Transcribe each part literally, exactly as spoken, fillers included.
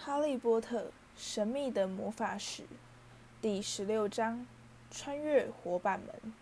哈利波特：神秘的魔法石第十六章：穿越火板门。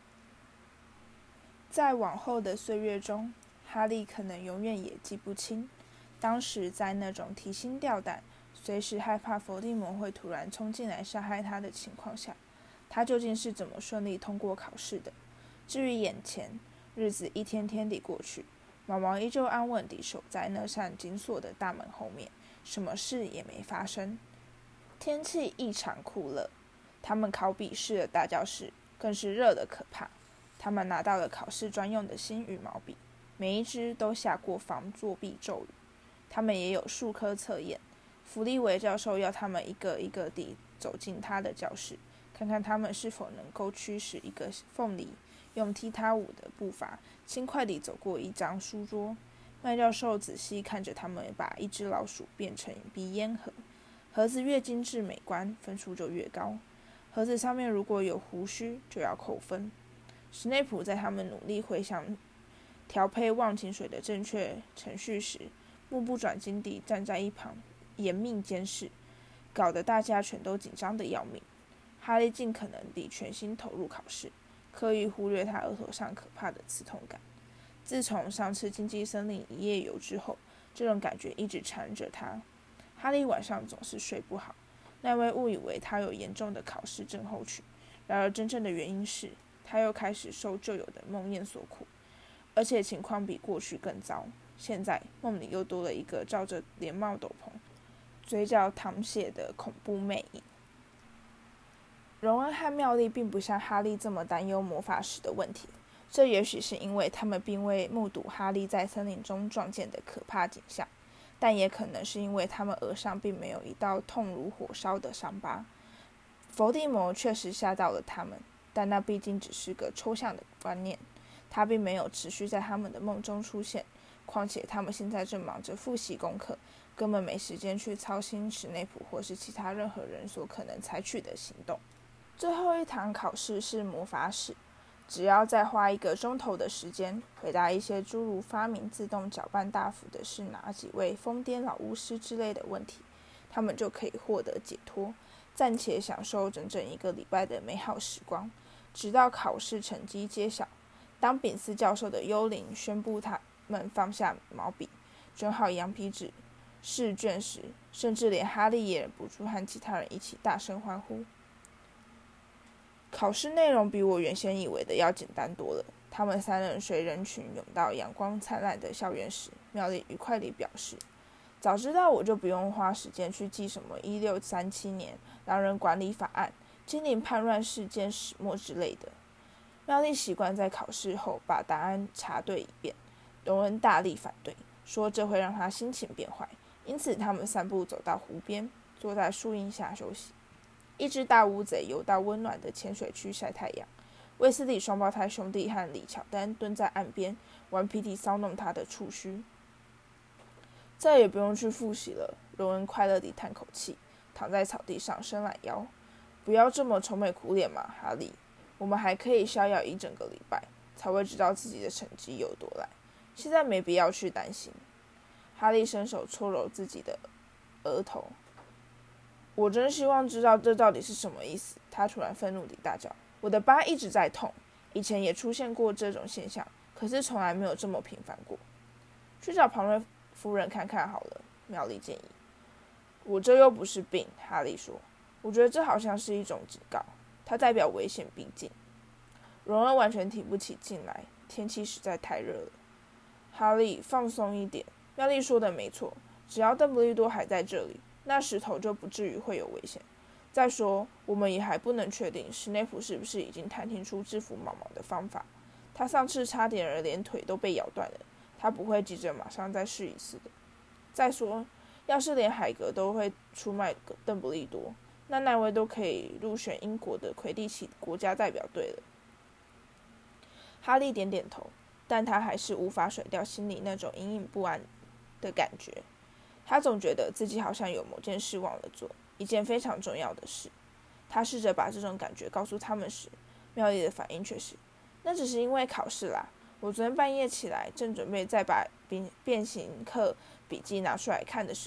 在往后的岁月中，哈利可能永远也记不清，当时在那种提心吊胆、随时害怕伏地魔会突然冲进来杀害他的情况下，他究竟是怎么顺利通过考试的。至于眼前，日子一天天地过去，毛毛依旧安稳地守在那扇紧锁的大门后面，什么事也没发生。天气异常酷热，他们考笔试的大教室更是热得可怕。他们拿到了考试专用的新羽毛笔，每一支都下过防作弊咒语。他们也有数科测验，弗利维教授要他们一个一个地走进他的教室，看看他们是否能够驱使一个凤梨，用踢踏舞的步伐轻快地走过一张书桌。麦教授仔细看着他们把一只老鼠变成鼻烟盒，盒子越精致美观，分数就越高。盒子上面如果有胡须，就要扣分。史内普在他们努力回想调配忘情水的正确程序时，目不转睛地站在一旁严密监视，搞得大家全都紧张得要命。哈利尽可能地全心投入考试，刻意忽略他额头上可怕的刺痛感。自从上次荆棘森林一夜游之后，这种感觉一直缠着他。哈利晚上总是睡不好，奈威误以为他有严重的考试症候群，然而真正的原因是他又开始受旧有的梦魇所苦，而且情况比过去更糟。现在梦里又多了一个罩着连帽斗篷、嘴角淌血的恐怖魅影。荣恩和妙丽并不像哈利这么担忧魔法石的问题，这也许是因为他们并未目睹哈利在森林中撞见的可怕景象，但也可能是因为他们额上并没有一道痛如火烧的伤疤。伏地魔确实吓到了他们，但那毕竟只是个抽象的观念，他并没有持续在他们的梦中出现。况且他们现在正忙着复习功课，根本没时间去操心史内普或是其他任何人所可能采取的行动。最后一堂考试是魔法史，只要再花一个钟头的时间，回答一些诸如发明自动搅拌大釜的是哪几位疯癫老巫师之类的问题，他们就可以获得解脱，暂且享受整整一个礼拜的美好时光，直到考试成绩揭晓。当炳斯教授的幽灵宣布他们放下毛笔，卷好羊皮纸试卷时，甚至连哈利也忍不住和其他人一起大声欢呼。考试内容比我原先以为的要简单多了。他们三人随人群涌到阳光灿烂的校园时，妙丽愉快地表示：“早知道我就不用花时间去记什么一六三七年狼人管理法案、精灵叛乱事件始末之类的。”妙丽习惯在考试后把答案查对一遍，荣恩大力反对，说这会让他心情变坏。因此，他们散步走到湖边，坐在树荫下休息。一只大乌贼游到温暖的浅水区晒太阳。卫斯理双胞胎兄弟和李乔丹蹲在岸边，顽皮地搔弄他的触须。再也不用去复习了，荣恩快乐地叹口气，躺在草地上伸懒腰。不要这么愁眉苦脸嘛，哈利，我们还可以逍遥一整个礼拜，才会知道自己的成绩有多烂。现在没必要去担心。哈利伸手搓揉自己的额头。我真希望知道这到底是什么意思，他突然愤怒地大叫。我的疤一直在痛，以前也出现过这种现象，可是从来没有这么频繁过。去找庞瑞夫人看看好了，妙丽建议。我这又不是病，哈利说。我觉得这好像是一种警告，它代表危险逼近。荣恩完全提不起劲来，天气实在太热了。哈利，放松一点，妙丽说的没错，只要邓布利多还在这里，那石头就不至于会有危险。再说，我们也还不能确定史内普是不是已经探听出制服毛毛的方法。他上次差点儿连腿都被咬断了，他不会急着马上再试一次的。再说，要是连海格都会出卖邓布利多，那奈威都可以入选英国的魁地奇国家代表队了。哈利点点头，但他还是无法甩掉心里那种隐隐不安的感觉。他总觉得自己好像有某件事忘了做，一件非常重要的事。他试着把这种感觉告诉他们时，妙丽的反应却是：“那只是因为考试啦。我昨天半夜起来，正准备再把变形课笔记拿出来看的时候，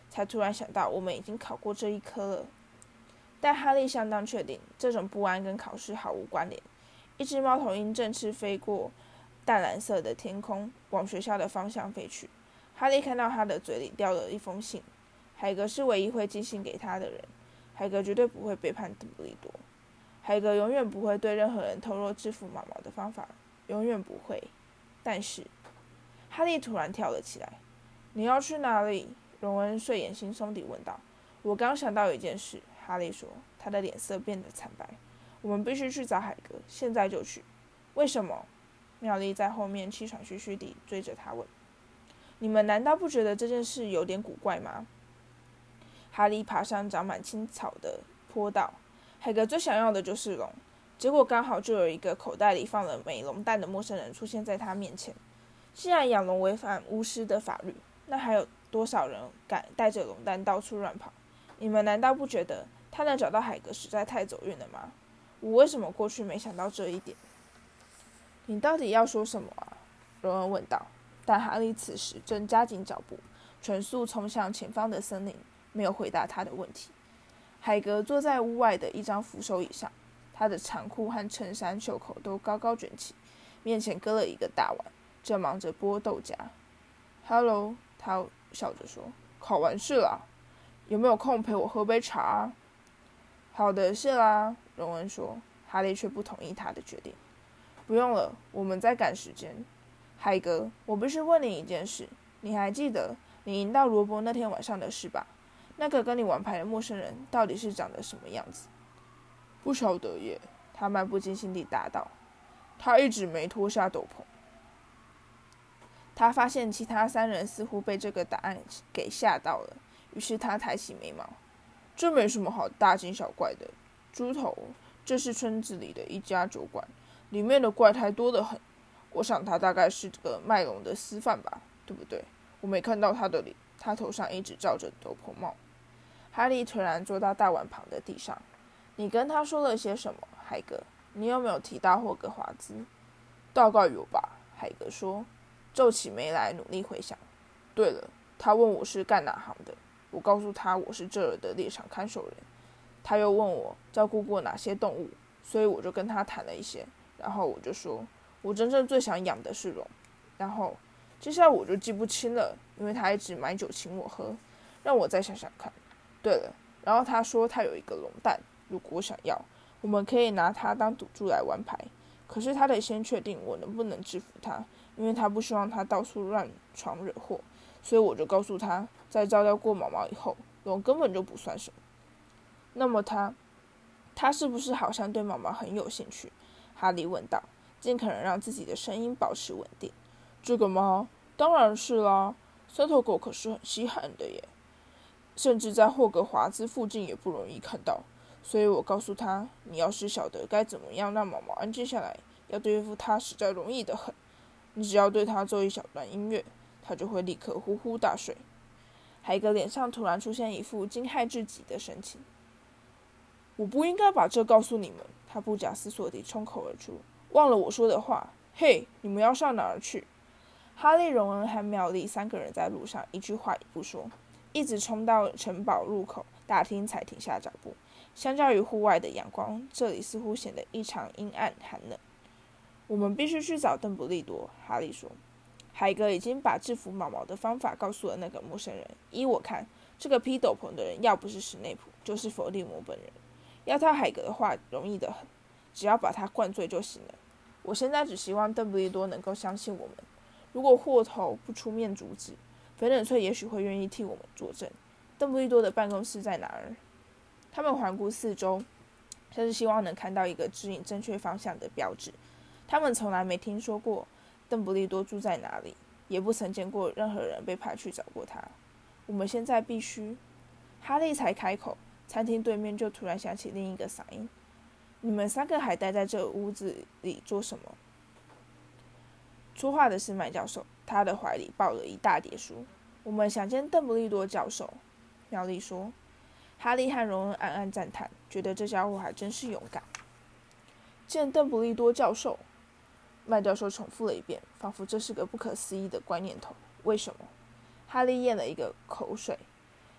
才突然想到我们已经考过这一科了。但哈利相当确定，这种不安跟考试毫无关联。一只猫头鹰正式飞过淡蓝色的天空，往学校的方向飞去。哈利看到他的嘴里叼了一封信，海格是唯一会寄信给他的人。海格绝对不会背叛邓布利多，海格永远不会对任何人透露制服毛毛的方法，永远不会。但是，哈利突然跳了起来。你要去哪里？荣恩睡眼惺忪地问道。我刚想到一件事，哈利说，他的脸色变得惨白。我们必须去找海格，现在就去。为什么？妙丽在后面气喘吁吁地追着他问。你们难道不觉得这件事有点古怪吗？哈利爬上长满青草的坡道。海格最想要的就是龙，结果刚好就有一个口袋里放了美龙蛋的陌生人出现在他面前。既然养龙违反巫师的法律，那还有多少人敢带着龙蛋到处乱跑？你们难道不觉得他能找到海格实在太走运了吗？我为什么过去没想到这一点？你到底要说什么啊？荣恩问道。但哈利此时正加紧脚步，全速冲向前方的森林，没有回答他的问题。海格坐在屋外的一张扶手椅上，他的长裤和衬衫袖口都高高卷起，面前搁了一个大碗，正忙着剥豆荚。“Hello”， 他笑着说，“考完试啦，有没有空陪我喝杯茶啊？”“好的，是啦。”荣恩说。哈利却不同意他的决定。“不用了，我们在赶时间。”“海格，我必须问你一件事，你还记得你赢到罗伯那天晚上的事吧？那个跟你玩牌的陌生人到底是长得什么样子？”“不晓得耶。”他漫不经心地答道。“他一直没脱下斗篷。”他发现其他三人似乎被这个答案给吓到了，于是他抬起眉毛。“这没什么好大惊小怪的。猪头，这是村子里的一家酒馆，里面的怪胎多得很。我想他大概是个卖龙的私贩吧，对不对？我没看到他的脸，他头上一直罩着斗篷帽。”哈利颓然坐到大碗旁的地上。“你跟他说了些什么，海格？你有没有提到霍格华兹？”“大概有吧。”海格说，皱起眉来努力回想。“对了，他问我是干哪行的，我告诉他我是这儿的猎场看守人。他又问我照顾过哪些动物，所以我就跟他谈了一些，然后我就说我真正最想养的是龙。然后接下来我就记不清了，因为他一直买酒请我喝。让我再想想看。对了，然后他说他有一个龙蛋，如果我想要，我们可以拿它当赌注来玩牌。可是他得先确定我能不能制服他，因为他不希望他到处乱闯惹祸。所以我就告诉他，在照料过毛毛以后，龙根本就不算什么。”“那么他，他是不是好像对毛毛很有兴趣？”哈利问道，尽可能让自己的声音保持稳定。“这个吗？当然是啦。三头狗可是很稀罕的耶，甚至在霍格华兹附近也不容易看到。所以我告诉他，你要是晓得该怎么样让毛毛安静下来，要对付他实在容易得很。你只要对他奏一小段音乐，他就会立刻呼呼大睡。”海格脸上突然出现一副惊骇至极的神情。“我不应该把这告诉你们。”他不假思索地冲口而出，“忘了我说的话。嘿，你们要上哪儿去？”哈利、荣恩和妙丽三个人在路上一句话也不说，一直冲到城堡入口大厅才停下脚步。相较于户外的阳光，这里似乎显得异常阴暗寒冷。“我们必须去找邓布利多。”哈利说。海格已经把制服毛毛的方法告诉了那个陌生人。依我看，这个披斗篷的人要不是史内普，就是伏地魔本人。要套海格的话容易得很，只要把他灌醉就行了。我现在只希望邓布利多能够相信我们。如果霍头不出面阻止，翡冷翠也许会愿意替我们作证。邓布利多的办公室在哪儿？”他们环顾四周，像是希望能看到一个指引正确方向的标志。他们从来没听说过邓布利多住在哪里，也不曾见过任何人被派去找过他。我们现在必须……哈利才开口，餐厅对面就突然响起另一个嗓音：“你们三个还待在这屋子里做什么？”说话的是麦教授，他的怀里抱了一大叠书。“我们想见邓布利多教授。”妙丽说。哈利和荣恩暗暗赞叹，觉得这家伙还真是勇敢。“见邓布利多教授。”麦教授重复了一遍，仿佛这是个不可思议的怪念头。“为什么？”哈利咽了一个口水。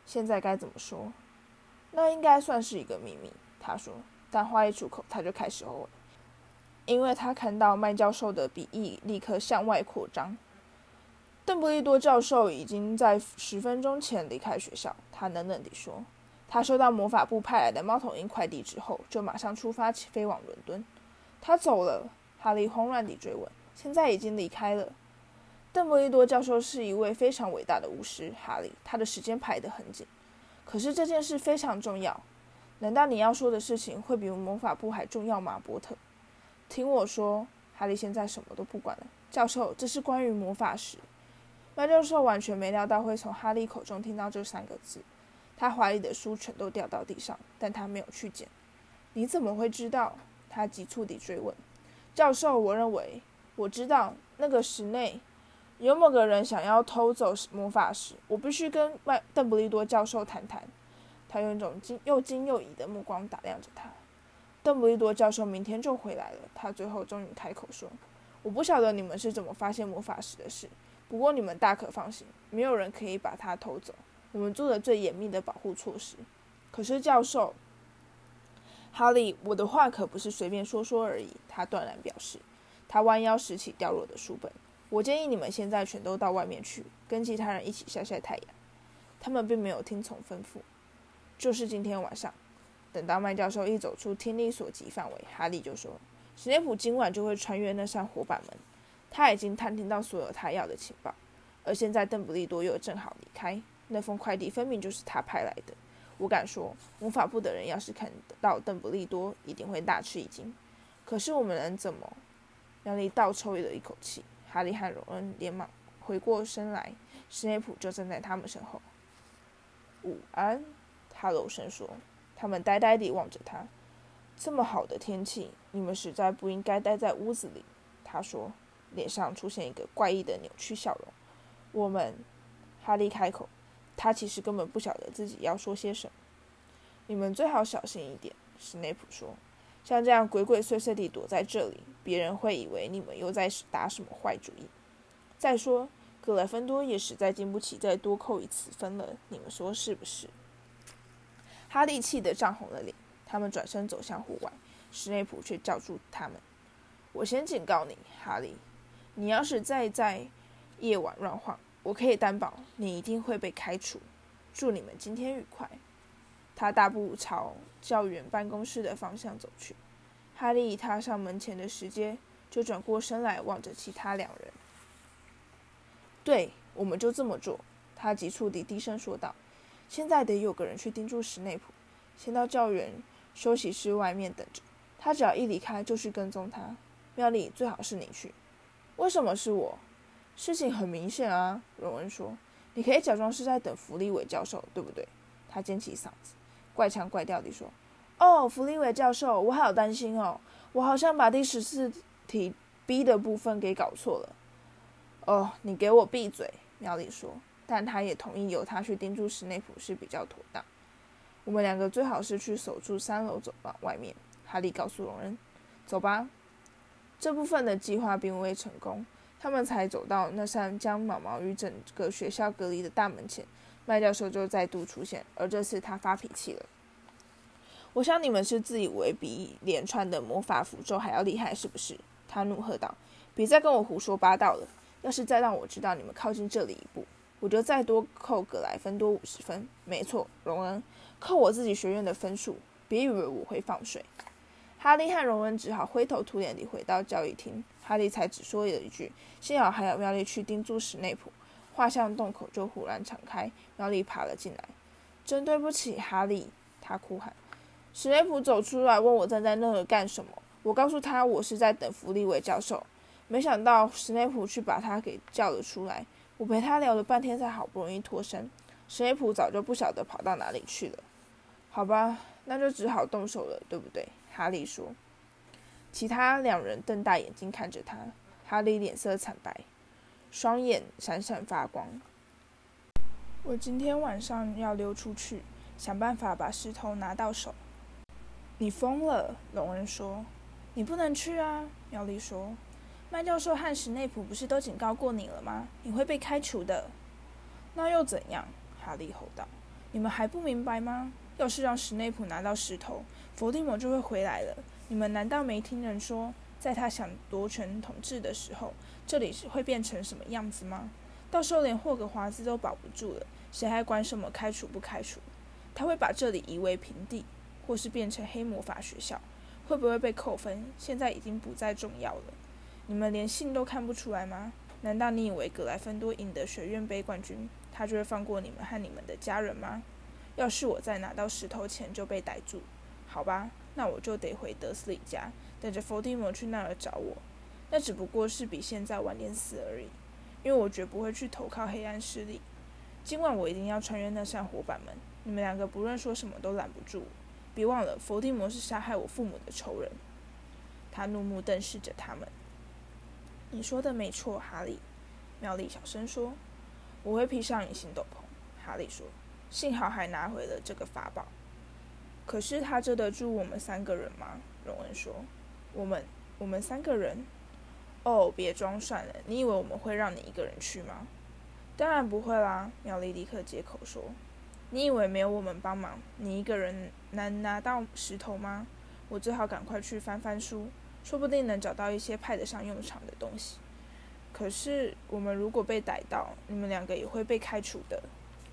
现在该怎么说？那应该算是一个秘密，他说。但话一出口，他就开始后悔，因为他看到麦教授的笔翼立刻向外扩张。邓布利多教授已经在十分钟前离开学校，他冷冷地说。他收到魔法部派来的猫头鹰快递之后，就马上出发飞往伦敦。他走了，哈利慌乱地追问。现在已经离开了。邓布利多教授是一位非常伟大的巫师，哈利，他的时间排得很紧。可是这件事非常重要。难道你要说的事情会比魔法部还重要吗，波特？听我说，哈利现在什么都不管了。教授，这是关于魔法石。麦教授完全没料到会从哈利口中听到这三个字，他怀里的书全都掉到地上，但他没有去捡。你怎么会知道？他急促地追问。教授，我认为我知道那个石内有某个人想要偷走魔法石，我必须跟麦邓布利多教授谈谈。他用一种又惊又疑的目光打量着他。邓布利多教授明天就回来了，他最后终于开口说：“我不晓得你们是怎么发现魔法石的事，不过你们大可放心，没有人可以把它偷走。我们做了最严密的保护措施。”可是教授，哈利，我的话可不是随便说说而已，他断然表示。他弯腰拾起掉落的书本。我建议你们现在全都到外面去，跟其他人一起晒晒太阳。他们并没有听从吩咐。就是今天晚上，等到麦教授一走出听力所及范围，哈利就说：“史内普今晚就会穿越那扇火板门。他已经探听到所有他要的情报，而现在邓布利多又正好离开，那封快递分明就是他派来的。我敢说，魔法部的人要是看到邓布利多，一定会大吃一惊。可是我们能怎么？”苗莉倒抽了一口气。哈利和荣恩连忙回过身来，史内普就站在他们身后。“午安。”他柔声说。他们呆呆地望着他。“这么好的天气，你们实在不应该待在屋子里。”他说，脸上出现一个怪异的扭曲笑容。“我们……”哈利开口，他其实根本不晓得自己要说些什么。“你们最好小心一点。”史内普说，“像这样鬼鬼祟祟地躲在这里，别人会以为你们又在打什么坏主意。再说，格莱芬多也实在经不起再多扣一次分了，你们说是不是？”哈利气得涨红了脸。他们转身走向户外，史内普却叫住他们：“我先警告你，哈利，你要是再在夜晚乱晃，我可以担保你一定会被开除。祝你们今天愉快。”他大步朝教员办公室的方向走去。哈利一踏上门前的石阶，就转过身来望着其他两人。“对，我们就这么做。”他急促地低声说道。“现在得有个人去盯住史内普，先到教员休息室外面等着。他只要一离开，就去跟踪他。妙丽，最好是你去。”“为什么是我？”“事情很明显啊。”荣恩说。“你可以假装是在等弗利韦教授，对不对？”他尖起嗓子，怪腔怪调地说：“哦，弗利韦教授，我好担心哦，我好像把第十四题 B 的部分给搞错了。”“哦，你给我闭嘴！”妙丽说。但他也同意由他去盯住史内普是比较妥当。“我们两个最好是去守住三楼走廊外面。”哈利告诉荣恩。“走吧。”这部分的计划并未成功，他们才走到那扇将毛毛与整个学校隔离的大门前，麦教授就再度出现，而这次他发脾气了。“我想你们是自以为比连串的魔法符咒还要厉害，是不是？”他怒喝道。“别再跟我胡说八道了！要是再让我知道你们靠近这里一步，我就再多扣格莱芬多五十分。没错，荣恩，扣我自己学院的分数，别以为我会放水。”哈利和荣恩只好灰头土脸地回到交易厅。哈利才只说了一句：“幸好还有妙丽去盯住史内普。”画像洞口就忽然敞开，妙丽爬了进来。“真对不起，哈利！”他哭喊。史内普走出来问我站在那儿干什么。我告诉他我是在等弗利韦教授。没想到史内普去把他给叫了出来。我陪他聊了半天，才好不容易脱身。史内普早就不晓得跑到哪里去了。“好吧，那就只好动手了，对不对？”哈利说。其他两人瞪大眼睛看着他。哈利脸色惨白，双眼闪闪发光。“我今天晚上要溜出去，想办法把石头拿到手。”“你疯了！”荣恩说。“你不能去啊！”妙丽说。“麦教授和史内普不是都警告过你了吗？你会被开除的。”“那又怎样？”哈利吼道。“ 你们还不明白吗？要是让史内普拿到石头，伏地魔就会回来了。你们难道没听人说，在他想夺权统治的时候，这里会变成什么样子吗？到时候连霍格华兹都保不住了，谁还管什么开除不开除？他会把这里夷为平地，或是变成黑魔法学校。会不会被扣分，现在已经不再重要了。你们连信都看不出来吗？难道你以为格莱芬多赢得学院杯冠军，他就会放过你们和你们的家人吗？要是我在拿到石头前就被逮住，好吧，那我就得回德斯里家，等着伏地魔去那儿找我。那只不过是比现在晚点死而已，因为我绝不会去投靠黑暗势力。今晚我一定要穿越那扇火板门，你们两个不论说什么都拦不住我。别忘了，伏地魔是杀害我父母的仇人。他怒目瞪视着他们。你说的没错，哈利。妙丽小声说：“我会披上隐形斗篷。”哈利说：“幸好还拿回了这个法宝。”可是他遮得住我们三个人吗？荣恩说：“我们，我们三个人？哦，别装蒜了！你以为我们会让你一个人去吗？”“当然不会啦！”妙丽立刻接口说。你以为没有我们帮忙，你一个人能拿到石头吗？我最好赶快去翻翻书，说不定能找到一些派得上用场的东西。可是我们如果被逮到，你们两个也会被开除的。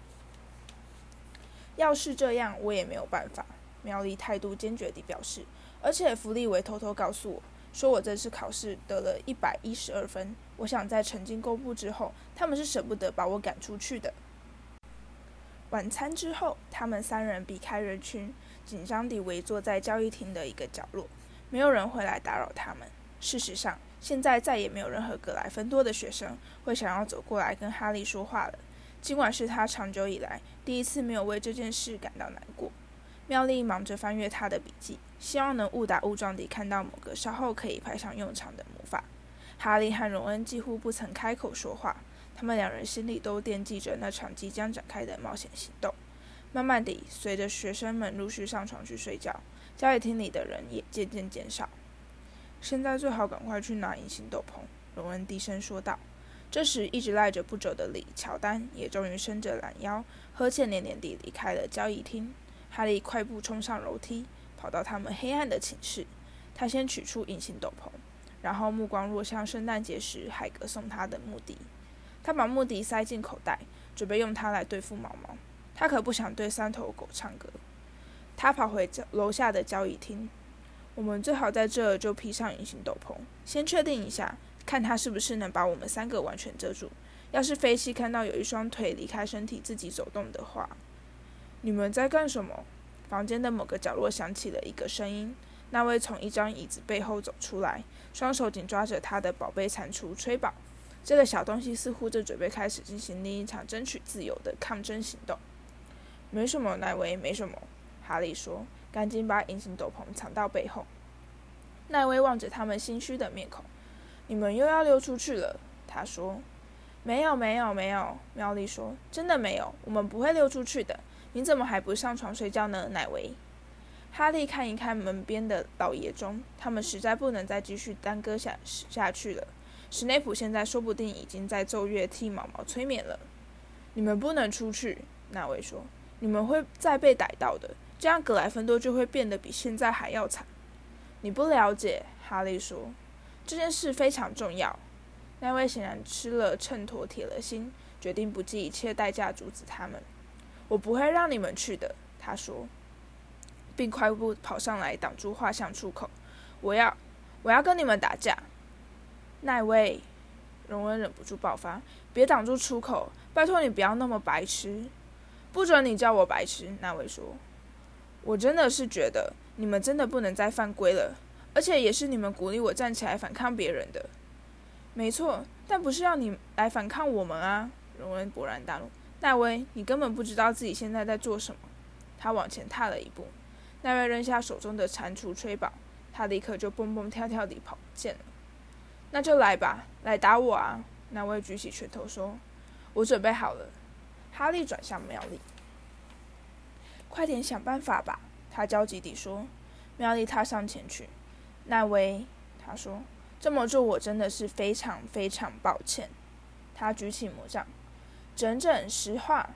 要是这样，我也没有办法。苗丽态度坚决地表示，而且弗利维偷偷告诉我，说我这次考试得了一百一十二分。我想在成绩公布之后，他们是舍不得把我赶出去的。晚餐之后，他们三人避开人群，紧张地围坐在交易厅的一个角落，没有人会来打扰他们。事实上，现在再也没有任何格莱芬多的学生会想要走过来跟哈利说话了。尽管是他长久以来第一次没有为这件事感到难过。妙丽忙着翻阅他的笔记，希望能误打误撞地看到某个稍后可以派上用场的魔法。哈利和荣恩几乎不曾开口说话，他们两人心里都惦记着那场即将展开的冒险行动。慢慢地，随着学生们陆续上床去睡觉，交易厅里的人也渐渐减少。现在最好赶快去拿隐形斗篷，荣恩低声说道。这时，一直赖着不走的李乔丹也终于伸着懒腰，呵欠连连地离开了交易厅。哈利快步冲上楼梯，跑到他们黑暗的寝室。他先取出隐形斗篷，然后目光落向圣诞节时海格送他的木笛。他把木笛塞进口袋，准备用它来对付毛毛。他可不想对三头狗唱歌。他跑回楼下的交易厅。我们最好在这儿就披上隐形斗篷，先确定一下，看他是不是能把我们三个完全遮住。要是菲西看到有一双腿离开身体自己走动的话。你们在干什么？房间的某个角落响起了一个声音。那位从一张椅子背后走出来，双手紧抓着他的宝贝蟾蜍吹宝。这个小东西似乎正准备开始进行另一场争取自由的抗争行动。没什么，奈威，没什么。哈利说，赶紧把隐形斗篷藏到背后。奈威望着他们心虚的面孔。你们又要溜出去了，他说。没有，没有，没有，妙丽说，真的没有，我们不会溜出去的。你怎么还不上床睡觉呢，奈威？哈利看一看门边的老爷钟，他们实在不能再继续耽搁下下去了。史内普现在说不定已经在奏乐替毛毛催眠了。你们不能出去，那位说，你们会再被逮到的，这样格莱芬多就会变得比现在还要惨。你不了解，哈利说，这件事非常重要。那位显然吃了秤砣铁了心，决定不计一切代价阻止他们。我不会让你们去的，他说，并快步跑上来挡住画像出口。我要，我要跟你们打架。奈威，荣恩忍不住爆发，别挡住出口，拜托你不要那么白痴。不准你叫我白痴，那位说。我真的是觉得你们真的不能再犯规了，而且也是你们鼓励我站起来反抗别人的。没错，但不是要你来反抗我们啊！荣恩勃然大怒。奈威，你根本不知道自己现在在做什么。他往前踏了一步。奈威扔下手中的蟾蜍吹宝，他立刻就蹦蹦跳跳地跑不见了。那就来吧，来打我啊！奈威举起拳头说：“我准备好了。”哈利转向妙丽：“快点想办法吧！”他焦急地说。妙丽踏上前去。奈威，他说：“这么做我真的是非常非常抱歉。”他举起魔杖。整整实话，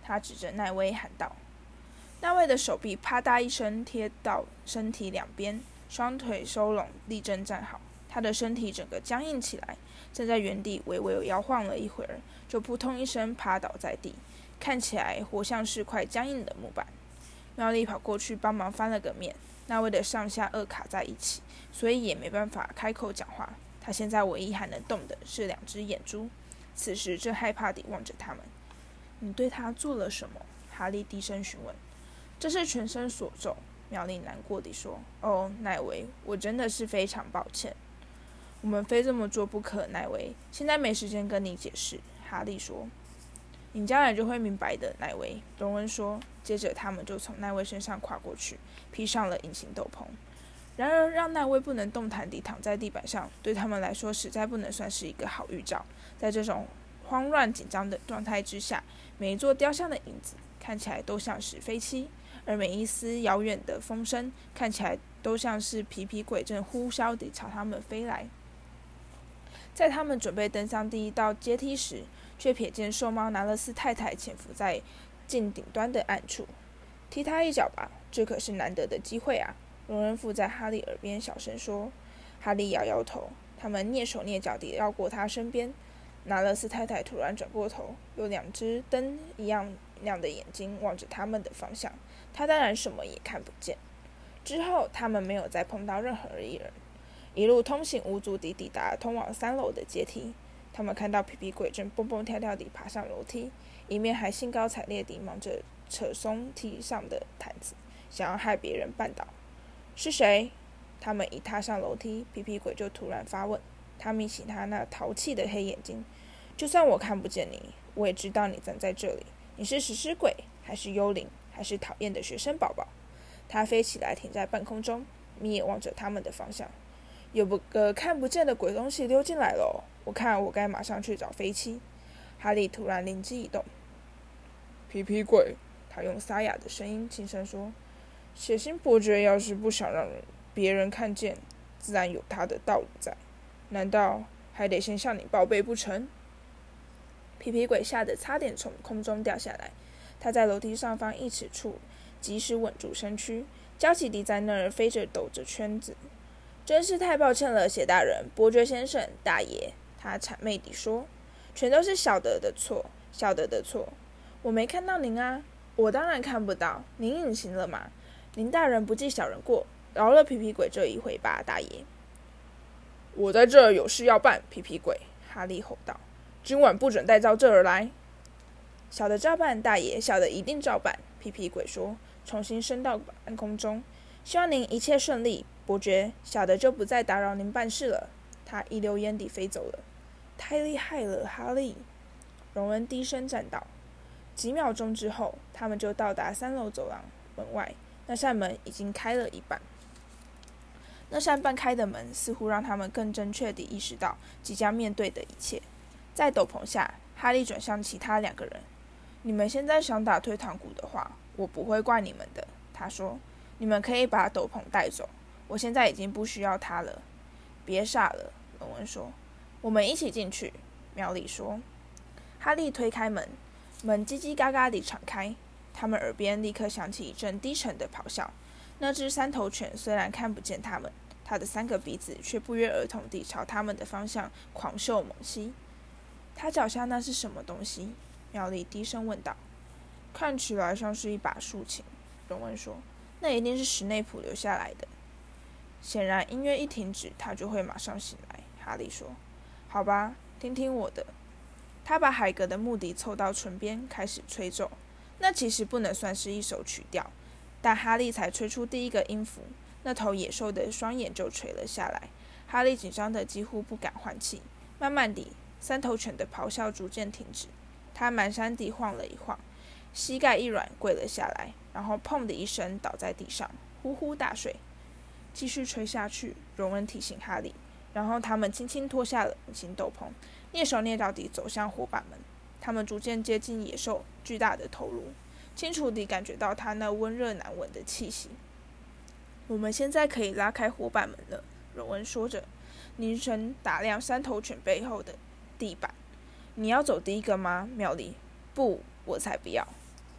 他指着奈威喊道。奈威的手臂啪嗒一声贴到身体两边，双腿收拢，立正站好。他的身体整个僵硬起来，站在原地微微摇晃了一会儿，就扑通一声趴倒在地，看起来活像是块僵硬的木板。妙丽跑过去帮忙翻了个面，奈威的上下颚卡在一起，所以也没办法开口讲话。他现在唯一还能动的是两只眼珠，此时正害怕地望着他们。你对他做了什么？哈利低声询问。这是全身所咒，妙丽难过地说。哦，奈威，我真的是非常抱歉。我们非这么做不可，奈威。现在没时间跟你解释，哈利说。你将来就会明白的，奈威，荣恩说。接着他们就从奈威身上跨过去，披上了隐形斗篷。然而让奈威不能动弹地躺在地板上，对他们来说实在不能算是一个好预兆。在这种慌乱紧张的状态之下，每一座雕像的影子看起来都像是飞机，而每一丝遥远的风声看起来都像是皮皮鬼正呼啸地朝他们飞来。在他们准备登上第一道阶梯时，却瞥见瘦猫拿勒斯太太潜伏在近顶端的暗处。踢他一脚吧，这可是难得的机会啊！荣恩附在哈利耳边小声说。哈利摇摇头，他们蹑手蹑脚地绕过他身边。拿勒斯太太突然转过头，有两只灯一样亮的眼睛望着他们的方向，他当然什么也看不见。之后他们没有再碰到任何一人，一路通行无阻地抵达通往三楼的阶梯。他们看到皮皮鬼正蹦蹦跳跳地爬上楼梯，一面还兴高采烈地忙着扯松梯上的毯子，想要害别人绊倒。是谁？他们一踏上楼梯，皮皮鬼就突然发问。他眯起他那淘气的黑眼睛。就算我看不见你，我也知道你站在这里。你是食尸鬼，还是幽灵，还是讨厌的学生宝宝？他飞起来停在半空中，眯眼望着他们的方向。有个看不见的鬼东西溜进来了，我看我该马上去找飞七。哈利突然灵机一动。皮皮鬼，他用沙哑的声音轻声说，血腥伯爵要是不想让人别人看见，自然有他的道理在，难道还得先向你报备不成？皮皮鬼吓得差点从空中掉下来，他在楼梯上方一尺处及时稳住身躯，焦急地在那儿飞着抖着圈子。真是太抱歉了，谢大人，伯爵先生，大爷，他谄媚地说，全都是小德的错，小德的错。我没看到您啊，我当然看不到，您隐形了嘛。您大人不计小人过，饶了皮皮鬼这一回吧，大爷。我在这儿有事要办，皮皮鬼，哈利吼道，今晚不准带到这儿来。小的照办，大爷，小的一定照办，皮皮鬼说，重新升到半空中。希望您一切顺利，伯爵，小的就不再打扰您办事了。他一溜烟地飞走了。太厉害了，哈利！荣恩低声赞道。几秒钟之后，他们就到达三楼走廊门外，那扇门已经开了一半。那扇半开的门似乎让他们更正确地意识到即将面对的一切。在斗篷下，哈利转向其他两个人：“你们现在想打退堂鼓的话，我不会怪你们的。”他说：“你们可以把斗篷带走，我现在已经不需要它了。”别傻了，荣恩说。“我们一起进去。”妙丽说。哈利推开门，门叽叽嘎嘎地敞开，他们耳边立刻响起一阵低沉的咆哮。那只三头犬虽然看不见他们，它的三个鼻子却不约而同地朝他们的方向狂嗅猛吸。他脚下那是什么东西？妙丽低声问道。看起来像是一把竖琴，荣恩说。那一定是史内普留下来的。显然音乐一停止，他就会马上醒来，哈利说。好吧，听听我的。他把海格的木笛凑到唇边，开始吹奏。那其实不能算是一首曲调，但哈利才吹出第一个音符，那头野兽的双眼就垂了下来。哈利紧张得几乎不敢换气。慢慢地，三头犬的咆哮逐渐停止。他蹒跚地晃了一晃，膝盖一软跪了下来，然后砰的一声倒在地上，呼呼大睡。继续吹下去，荣恩提醒哈利。然后他们轻轻脱下了隐形斗篷，蹑手蹑脚地走向火把门。他们逐渐接近野兽巨大的头颅，清楚地感觉到它那温热难闻的气息。我们现在可以拉开火把门了，荣恩说着，凝神打量三头犬背后的地板。你要走第一个吗，妙丽？不，我才不要。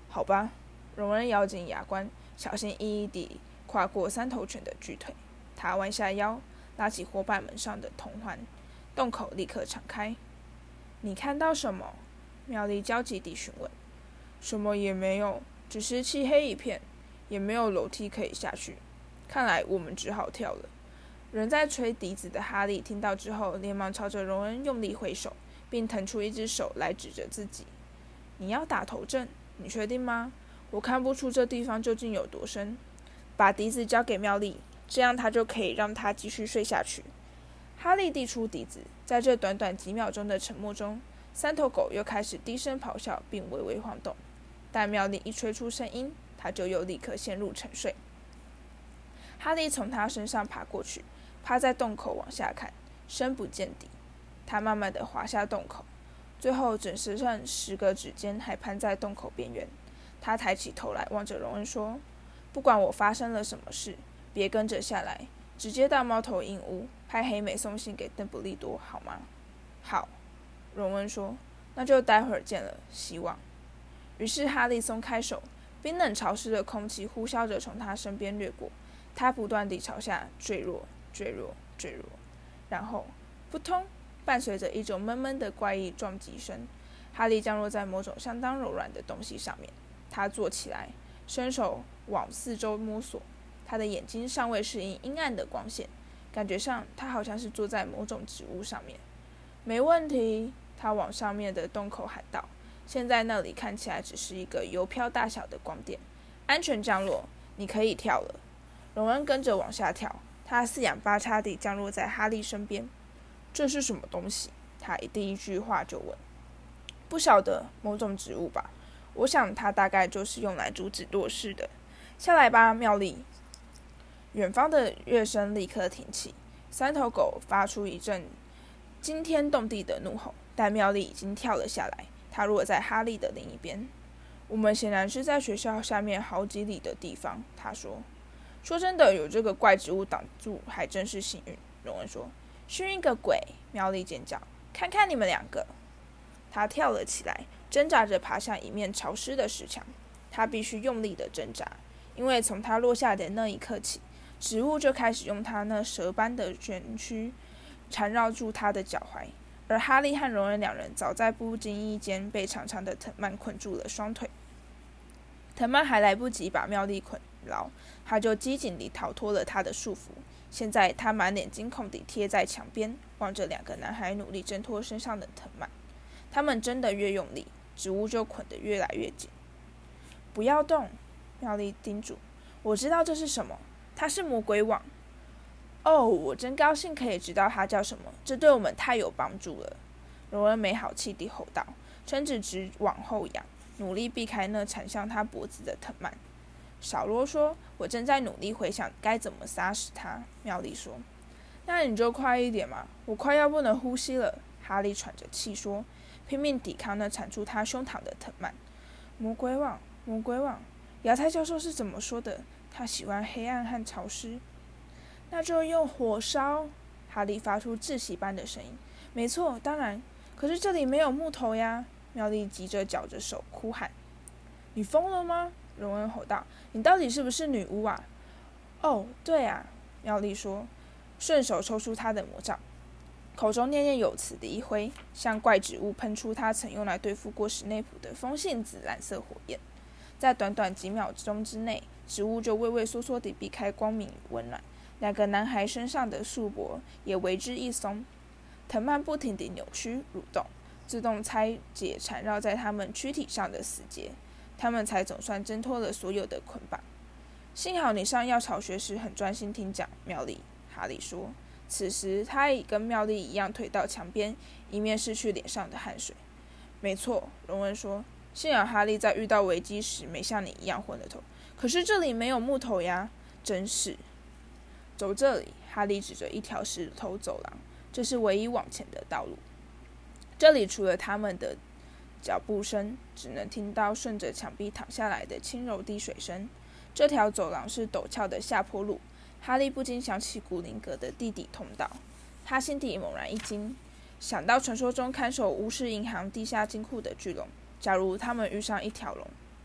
好吧。荣恩咬紧牙关，小心翼翼地跨过三头犬的巨腿。他弯下腰，拉起火把门上的铜环，洞口立刻敞开。你看到什么？妙丽焦急地询问。什么也没有，只是漆黑一片，也没有楼梯可以下去。看来我们只好跳了。仍在吹笛子的哈利听到之后，连忙朝着荣恩用力挥手，并腾出一只手来指着自己。你要打头阵？你确定吗？我看不出这地方究竟有多深。把笛子交给妙丽，这样她就可以让她继续睡下去。哈利递出笛子，在这短短几秒钟的沉默中，三头狗又开始低声咆哮并微微晃动。但妙丽一吹出声音，它就又立刻陷入沉睡。哈利从他身上爬过去，趴在洞口往下看，深不见底。他慢慢地滑下洞口，最后只剩十个指尖还攀在洞口边缘。他抬起头来望着荣恩说：“不管我发生了什么事，别跟着下来，直接到猫头鹰屋派黑莓送信给邓布利多，好吗？”“好。”荣恩说，“那就待会儿见了，希望。”于是哈利松开手，冰冷潮湿的空气呼啸着从他身边掠过，他不断地朝下坠落、坠落、坠落，然后扑通，伴随着一种闷闷的怪异撞击声，哈利降落在某种相当柔软的东西上面。他坐起来，伸手往四周摸索，他的眼睛尚未适应阴暗的光线，感觉上他好像是坐在某种植物上面。没问题，他往上面的洞口喊道。现在那里看起来只是一个邮票大小的光点，安全降落，你可以跳了。荣恩跟着往下跳，他四仰八叉地降落在哈利身边。这是什么东西？他第一句话就问。不晓得，某种植物吧。我想它大概就是用来阻止落矢的。下来吧，妙丽。远方的乐声立刻停起，三头狗发出一阵惊天动地的怒吼，但妙丽已经跳了下来，她落在哈利的另一边。我们显然是在学校下面好几里的地方，他说。说真的，有这个怪植物挡住还真是幸运，荣恩说。幸运个鬼！妙丽尖叫。看看你们两个！他跳了起来，挣扎着爬向一面潮湿的石墙。他必须用力地挣扎，因为从他落下的那一刻起，植物就开始用他那蛇般的卷须缠绕住他的脚踝，而哈利和荣恩两人早在不经意间被长长的藤蔓困住了双腿。藤蔓还来不及把妙丽捆牢，他就机警地逃脱了他的束缚。现在他满脸惊恐地贴在墙边，望着两个男孩努力挣脱身上的藤蔓。他们真的越用力，植物就捆得越来越紧。不要动，妙丽叮嘱。我知道这是什么，它是魔鬼网。哦，我真高兴可以知道它叫什么，这对我们太有帮助了。荣恩没好气地吼道，身子直往后仰，努力避开那缠向他脖子的藤蔓。少啰嗦，我正在努力回想该怎么杀死他。妙丽说。那你就快一点嘛，我快要不能呼吸了。哈利喘着气说，拼命抵抗那缠住他胸膛的藤蔓。魔鬼网，魔鬼网，芽菜教授是怎么说的？他喜欢黑暗和潮湿。那就用火烧。哈利发出窒息般的声音。没错，当然，可是这里没有木头呀。妙丽急着绞着手哭喊。你疯了吗？荣恩吼道，你到底是不是女巫啊？哦，对啊，妙丽说，顺手抽出她的魔杖，口中念念有词的一挥，向怪植物喷出他曾用来对付过史内普的风信子蓝色火焰。在短短几秒钟之内，植物就畏畏缩缩地避开光明与温暖，两个男孩身上的束缚也为之一松，藤蔓不停地扭曲蠕动，自动拆解缠绕在他们躯体上的死结，他们才总算挣脱了所有的捆绑。幸好你上药草学时很专心听讲，妙丽，哈利说。此时他已跟妙丽一样退到墙边，一面拭去脸上的汗水。没错，荣恩说，幸好哈利在遇到危机时没像你一样昏了头。可是这里没有木头呀。真是。走这里，哈利指着一条石头走廊，这是唯一往前的道路。这里除了他们的脚步声，只能听到顺着墙壁淌下来的轻柔滴水声。这条走廊是陡峭的下坡路，哈利不禁想起古灵阁的地底通道，他心底猛然一惊，想到传说中看守巫师银行地下金库的巨龙，假如他们遇上一条龙，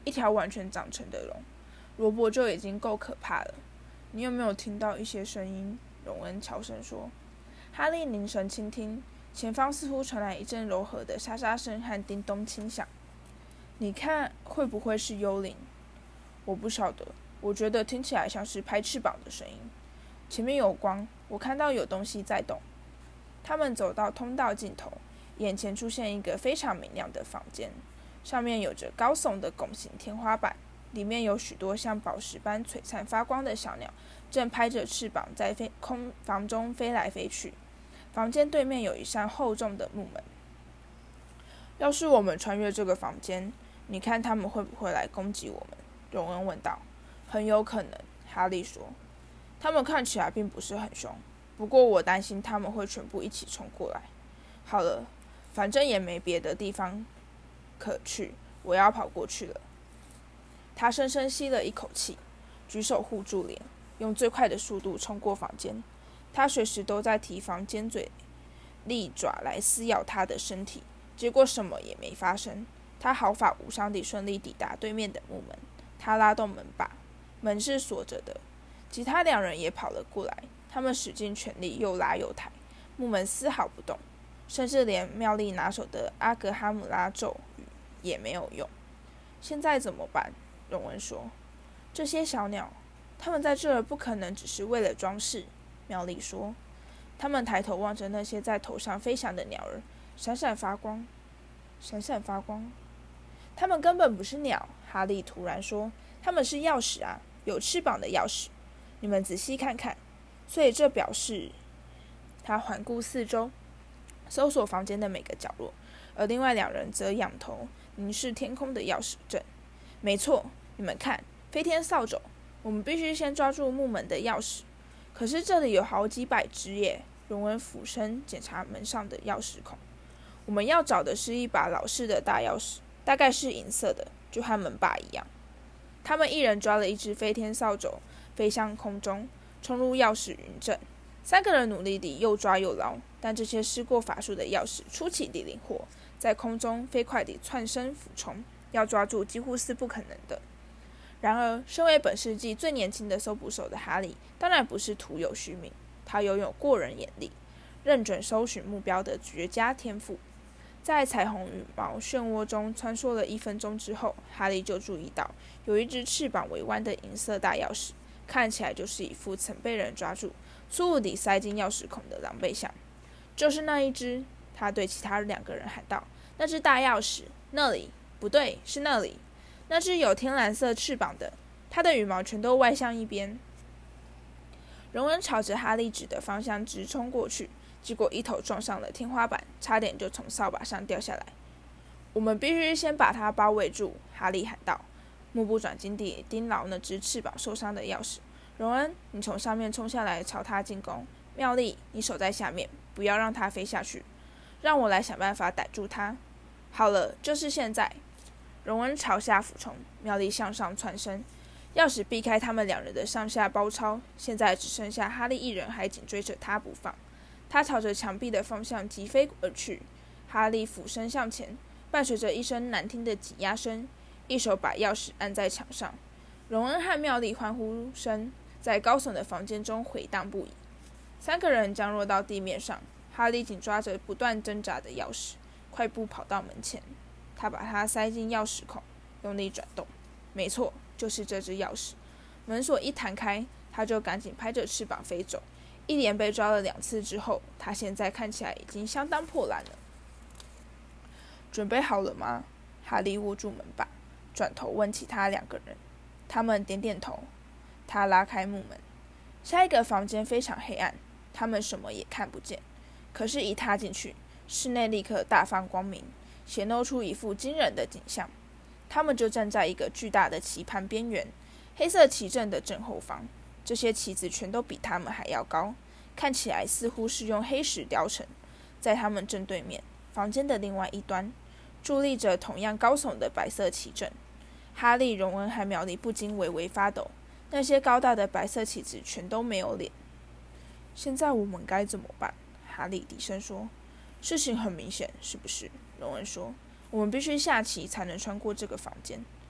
一条完全长成的龙。罗伯就已经够可怕了。你有没有听到一些声音？荣恩悄声说。哈利凝神倾听，前方似乎传来一阵柔和的沙沙声和叮咚轻响。你看，会不会是幽灵？我不晓得，我觉得听起来像是拍翅膀的声音。前面有光，我看到有东西在动。他们走到通道尽头，眼前出现一个非常明亮的房间，上面有着高耸的拱形天花板，里面有许多像宝石般璀璨发光的小鸟，正拍着翅膀在飞空房中飞来飞去。房间对面有一扇厚重的木门。要是我们穿越这个房间，你看他们会不会来攻击我们？荣恩问道。很有可能，哈利说。他们看起来并不是很凶，不过我担心他们会全部一起冲过来。好了，反正也没别的地方可去，我要跑过去了。他深深吸了一口气，举手护住脸，用最快的速度冲过房间。他随时都在提防尖嘴利爪来撕咬他的身体，结果什么也没发生。他毫发无伤地顺利抵达对面的木门。他拉动门把，门是锁着的。其他两人也跑了过来，他们使尽全力又拉又抬，木门丝毫不动，甚至连妙丽拿手的阿格哈姆拉咒语也没有用。现在怎么办？荣恩说。这些小鸟，它们在这儿不可能只是为了装饰。妙丽说。他们抬头望着那些在头上飞翔的鸟儿，闪闪发光，闪闪发光。它们根本不是鸟，哈利突然说，它们是钥匙啊，有翅膀的钥匙。你们仔细看看。所以这表示……他环顾四周，搜索房间的每个角落，而另外两人则仰头凝视天空的钥匙阵。没错，你们看，飞天扫帚。我们必须先抓住木门的钥匙。可是这里有好几百只耶！荣恩俯身检查门上的钥匙孔。我们要找的是一把老式的大钥匙，大概是银色的，就和门把一样。他们一人抓了一只飞天扫帚，飞向空中，冲入钥匙云阵。三个人努力地又抓又捞，但这些施过法术的钥匙出奇地灵活，在空中飞快地窜升俯冲，要抓住几乎是不可能的。然而，身为本世纪最年轻的搜捕手的哈利，当然不是徒有虚名，他拥有过人眼力、认准搜寻目标的绝佳天赋。在彩虹羽毛漩涡中穿梭了一分钟之后，哈利就注意到有一只翅膀微弯的银色大钥匙，看起来就是一副曾被人抓住、粗鲁地塞进钥匙孔的狼狈相。就是那一只，他对其他两个人喊道：“那只大钥匙，那里，不对，是那里。那只有天蓝色翅膀的，它的羽毛全都歪向一边。”荣恩朝着哈利指的方向直冲过去，结果一头撞上了天花板，差点就从扫把上掉下来。我们必须先把它包围住，哈利喊道，目不转睛地盯牢那只翅膀受伤的钥匙。荣恩，你从上面冲下来朝他进攻。妙丽，你守在下面，不要让它飞下去。让我来想办法逮住它。好了，就是现在。荣恩朝下俯冲，妙丽向上窜升，钥匙避开他们两人的上下包抄，现在只剩下哈利一人还紧追着他不放。他朝着墙壁的方向疾飞而去，哈利俯身向前，伴随着一声难听的挤压声，一手把钥匙按在墙上。荣恩和妙丽欢呼声在高耸的房间中回荡不已。三个人降落到地面上，哈利紧抓着不断挣扎的钥匙，快步跑到门前。他把它塞进钥匙孔，用力转动。没错，就是这只钥匙。门锁一弹开，他就赶紧拍着翅膀飞走。一连被抓了两次之后，他现在看起来已经相当破烂了。准备好了吗？哈利握住门把，转头问其他两个人。他们点点头。他拉开木门。下一个房间非常黑暗，他们什么也看不见。可是，一踏进去，室内立刻大放光明，显露出一副惊人的景象。他们就站在一个巨大的棋盘边缘，黑色棋阵的正后方。这些棋子全都比他们还要高，看起来似乎是用黑石雕成。在他们正对面，房间的另外一端，伫立着同样高耸的白色棋阵。哈利、荣恩和妙丽不禁微微发抖。那些高大的白色棋子全都没有脸。现在我们该怎么办？哈利低声说。事情很明显，是不是？荣恩说。我们必须下棋才能穿过这个房间。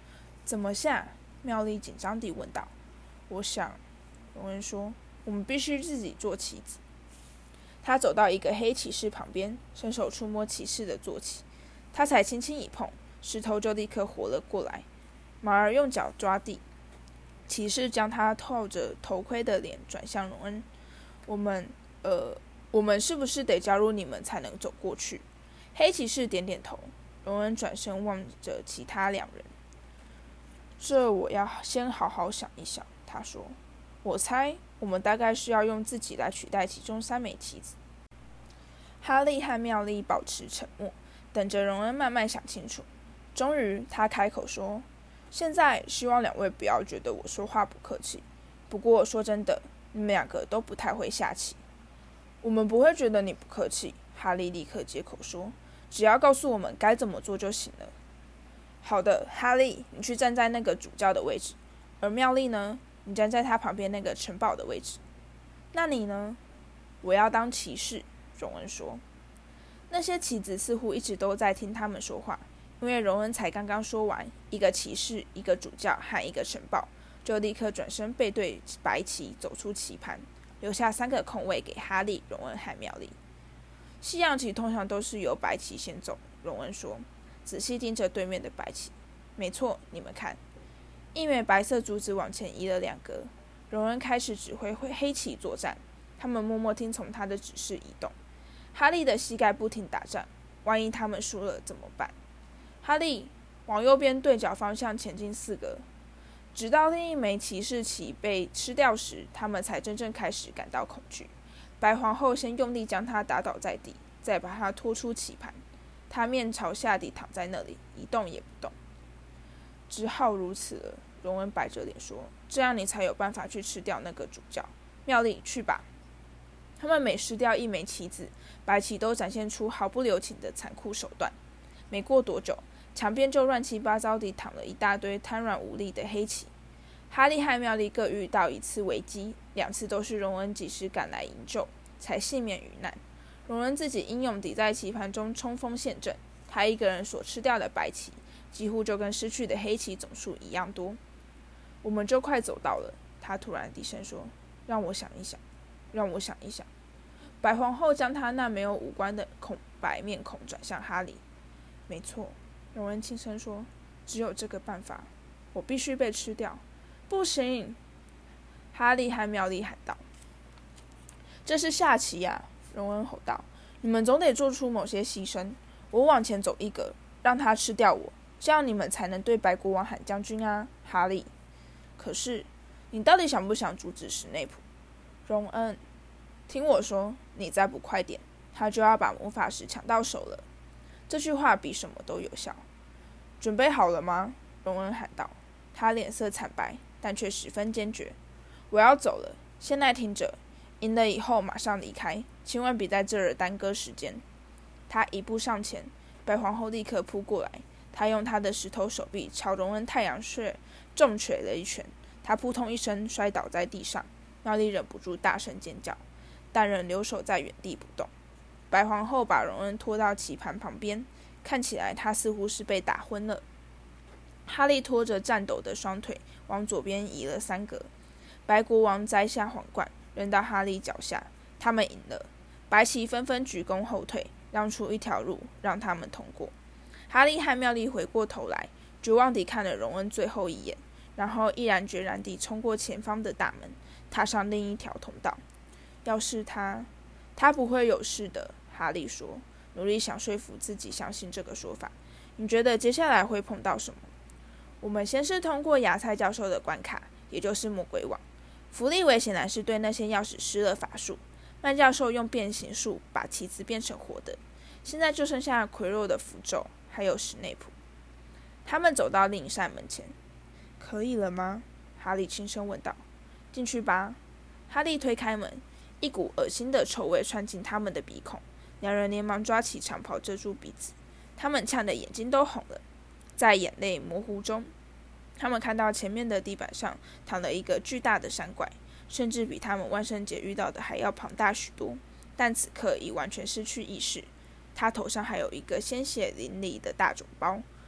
怎么下？妙丽紧张地问道。我想，荣恩说，我们必须自己做棋子。他走到一个黑骑士旁边，伸手触摸骑士的坐骑，他才轻轻一碰，石头就立刻活了过来。马儿用脚抓地，骑士将他套着头盔的脸转向荣恩。我们，呃，我们是不是得加入你们才能走过去？黑骑士点点头。荣恩转身望着其他两人。这我要先好好想一想，他说。我猜我们大概是要用自己来取代其中三枚棋子。哈利和妙丽保持沉默，等着荣恩慢慢想清楚。终于他开口说，现在希望两位不要觉得我说话不客气，不过说真的，你们两个都不太会下棋。我们不会觉得你不客气，哈利立刻接口说，只要告诉我们该怎么做就行了。好的，哈利，你去站在那个主教的位置，而妙丽呢，你站在他旁边那个城堡的位置。那你呢？我要当骑士，荣恩说。那些棋子似乎一直都在听他们说话，因为荣恩才刚刚说完一个骑士、一个主教和一个城堡，就立刻转身背对白棋走出棋盘，留下三个空位给哈利、荣恩和妙丽。西洋棋通常都是由白棋先走，荣恩说，仔细盯着对面的白棋。没错，你们看。一枚白色竹子往前移了两格，荣恩开始指挥黑棋作战，他们默默听从他的指示移动。哈利的膝盖不停打颤，万一他们输了怎么办？哈利往右边对角方向前进四格，直到另一枚骑士棋被吃掉时，他们才真正开始感到恐惧。白皇后先用力将他打倒在地，再把他拖出棋盘，他面朝下地躺在那里，一动也不动。只好如此了，荣恩摆着脸说，这样你才有办法去吃掉那个主教。妙丽，去吧。他们每失掉一枚棋子，白棋都展现出毫不留情的残酷手段。没过多久，墙边就乱七八糟地躺了一大堆瘫软无力的黑棋。哈利和妙丽各遇到一次危机，两次都是荣恩及时赶来营救，才幸免于难。荣恩自己英勇地在棋盘中冲锋陷阵，他一个人所吃掉的白棋几乎就跟失去的黑棋总数一样多。我们就快走到了，他突然低声说，让我想一想，让我想一想。白皇后将她那没有五官的空白面孔转向哈利。没错，荣恩轻声说，只有这个办法，我必须被吃掉。不行！哈利和妙丽喊道。这是下棋呀、啊！荣恩吼道。你们总得做出某些牺牲。我往前走一格，让他吃掉我，这样你们才能对白国王喊将军啊，哈利。可是，你到底想不想阻止史内普？荣恩，听我说，你再不快点，他就要把魔法石抢到手了。这句话比什么都有效。准备好了吗？荣恩喊道。他脸色惨白，但却十分坚决。我要走了，现在听着，赢了以后马上离开，千万别在这儿耽搁时间。他一步上前，白皇后立刻扑过来，他用他的石头手臂朝荣恩太阳穴重捶了一拳，他扑通一声摔倒在地上。妙丽忍不住大声尖叫，但仍留守在原地不动。白皇后把荣恩拖到棋盘旁边，看起来他似乎是被打昏了。哈利拖着颤抖的双腿往左边移了三格，白国王摘下皇冠扔到哈利脚下，他们赢了。白棋纷纷鞠躬后退，让出一条路让他们通过。哈利和妙丽回过头来，绝望地看了荣恩最后一眼，然后毅然决然地冲过前方的大门，踏上另一条通道。要是他，他不会有事的，哈利说，努力想说服自己相信这个说法。你觉得接下来会碰到什么？我们先是通过芽菜教授的关卡，也就是魔鬼网。弗利维显然是对那些钥匙施了法术，麦教授用变形术把棋子变成活的。现在就剩下奎若的符咒，还有史内普。他们走到另一扇门前。可以了吗？哈利轻声问道。进去吧。哈利推开门，一股恶心的臭味窜进他们的鼻孔，两人连忙抓起长袍遮住鼻子，他们呛得眼睛都红了。在眼泪模糊中，他们看到前面的地板上躺了一个巨大的山怪，甚至比他们万圣节遇到的还要庞大许多，但此刻已完全失去意识。他头上还有一个鲜血淋漓的大肿包。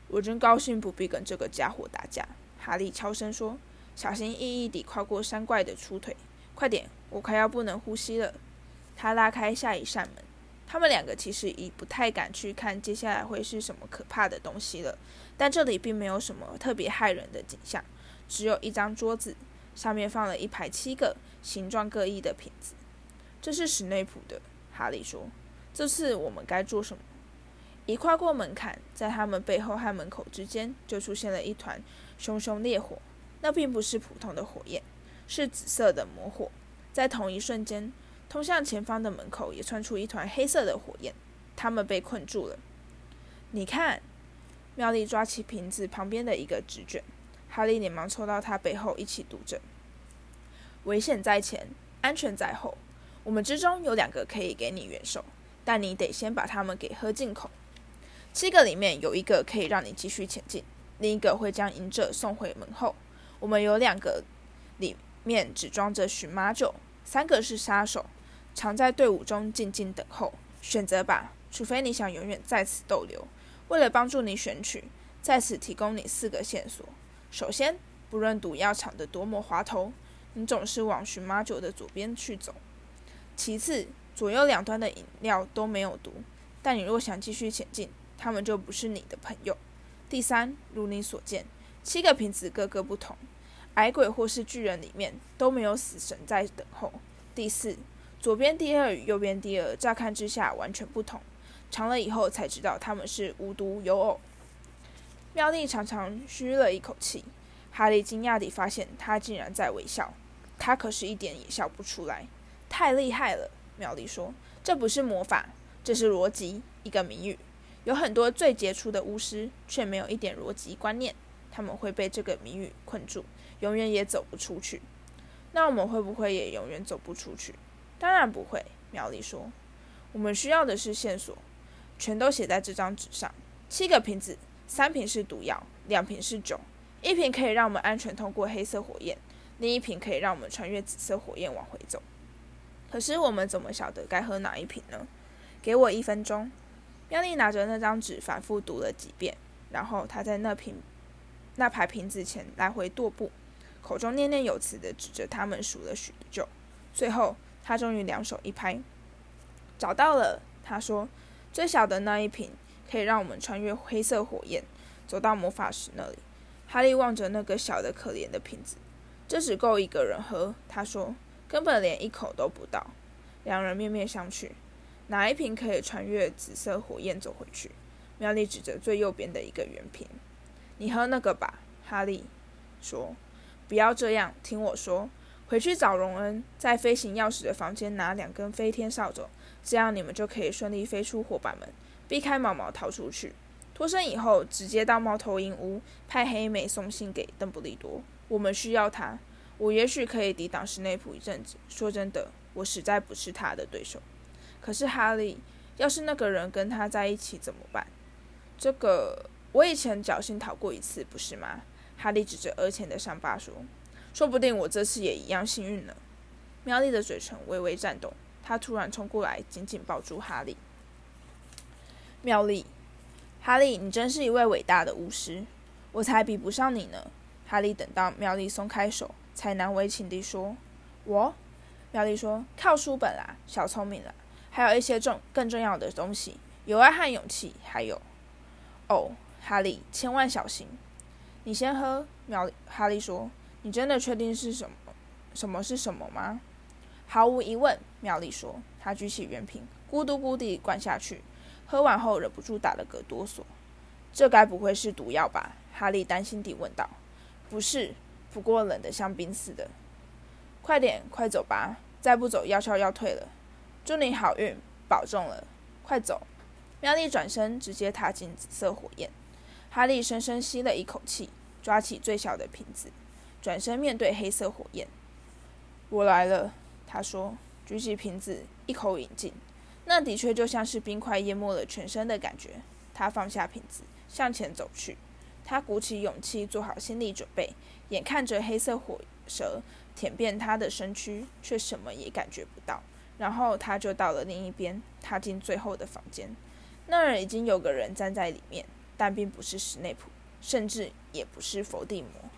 我真高兴不必跟这个家伙打架。哈利悄声说，小心翼翼地跨过山怪的粗腿。快点，我快要不能呼吸了。他拉开下一扇门。他们两个其实已不太敢去看接下来会是什么可怕的东西了，但这里并没有什么特别骇人的景象，只有一张桌子，上面放了一排七个形状各异的瓶子。这是史内普的，哈利说。这次我们该做什么？一跨过门槛，在他们背后和门口之间就出现了一团熊熊烈火。那并不是普通的火焰，是紫色的魔火。在同一瞬间，通向前方的门口也窜出一团黑色的火焰，他们被困住了。你看，妙丽抓起瓶子旁边的一个纸卷，哈利连忙凑到他背后一起读着：危险在前，安全在后。我们之中有两个可以给你援手，但你得先把他们给喝进口。七个里面有一个可以让你继续前进，另一个会将赢者送回门后。我们有两个里面只装着荨麻酒，三个是杀手，常在队伍中静静等候。选择吧，除非你想永远在此逗留。为了帮助你选取，在此提供你四个线索。首先，不论毒药藏得多么滑头，你总是往荨麻酒的左边去走。其次，左右两端的饮料都没有毒，但你若想继续前进，他们就不是你的朋友。第三，如你所见，七个瓶子各个不同，矮鬼或是巨人里面都没有死神在等候。第四，左边第二与右边第二乍看之下完全不同，尝了以后才知道他们是无独有偶。妙丽长长吁了一口气，哈利惊讶地发现他竟然在微笑，他可是一点也笑不出来。太厉害了，妙丽说，这不是魔法，这是逻辑，一个谜语。有很多最杰出的巫师却没有一点逻辑观念，他们会被这个谜语困住，永远也走不出去。那我们会不会也永远走不出去？当然不会，妙丽说。我们需要的是线索，全都写在这张纸上。七个瓶子，三瓶是毒药，两瓶是酒，一瓶可以让我们安全通过黑色火焰，另一瓶可以让我们穿越紫色火焰往回走。可是我们怎么晓得该喝哪一瓶呢？给我一分钟。妙丽拿着那张纸反复读了几遍，然后她在那瓶那排瓶子前来回踱步，口中念念有词地指着他们数了许久。最后她终于两手一拍，找到了，她说，最小的那一瓶可以让我们穿越黑色火焰走到魔法石那里。哈利望着那个小的可怜的瓶子，这只够一个人喝，他说，根本连一口都不到。两人面面相觑，哪一瓶可以穿越紫色火焰走回去？妙丽指着最右边的一个圆瓶。你喝那个吧，哈利说。不要这样，听我说。回去找荣恩，在飞行钥匙的房间拿两根飞天扫帚，这样你们就可以顺利飞出火板门，避开毛毛逃出去。脱身以后，直接到猫头鹰屋，派黑莓送信给邓布利多。我们需要他。我也许可以抵挡史内普一阵子，说真的，我实在不是他的对手。可是哈利，要是那个人跟他在一起怎么办？这个，我以前侥幸逃过一次，不是吗？哈利指着额前的伤疤说，说不定我这次也一样幸运呢。妙丽的嘴唇微微颤动，她突然冲过来，紧紧抱住哈利。妙丽，哈利，你真是一位伟大的巫师，我才比不上你呢。哈利等到妙丽松开手，才难为情地说，我？妙丽说，靠书本啦，小聪明啦，还有一些重更重要的东西，有爱和勇气，还有……哦，哈利，千万小心。你先喝，妙丽哈利说，你真的确定是什么？什么是什么吗？毫无疑问，妙丽说。她举起圆瓶，咕嘟咕地灌下去，喝完后忍不住打了个哆嗦。这该不会是毒药吧？哈利担心地问道。不是，不过冷得像冰似的。快点，快走吧，再不走药效要退了。祝你好运，保重了，快走。妙丽转身直接踏进紫色火焰。哈利深深吸了一口气，抓起最小的瓶子，转身面对黑色火焰。我来了，他说，举起瓶子一口饮尽，那的确就像是冰块淹没了全身的感觉。他放下瓶子，向前走去。他鼓起勇气，做好心理准备，眼看着黑色火蛇舔遍他的身躯，却什么也感觉不到。然后他就到了另一边，踏进最后的房间。那儿已经有个人站在里面， 但并不是史内普，甚至也不是伏地魔。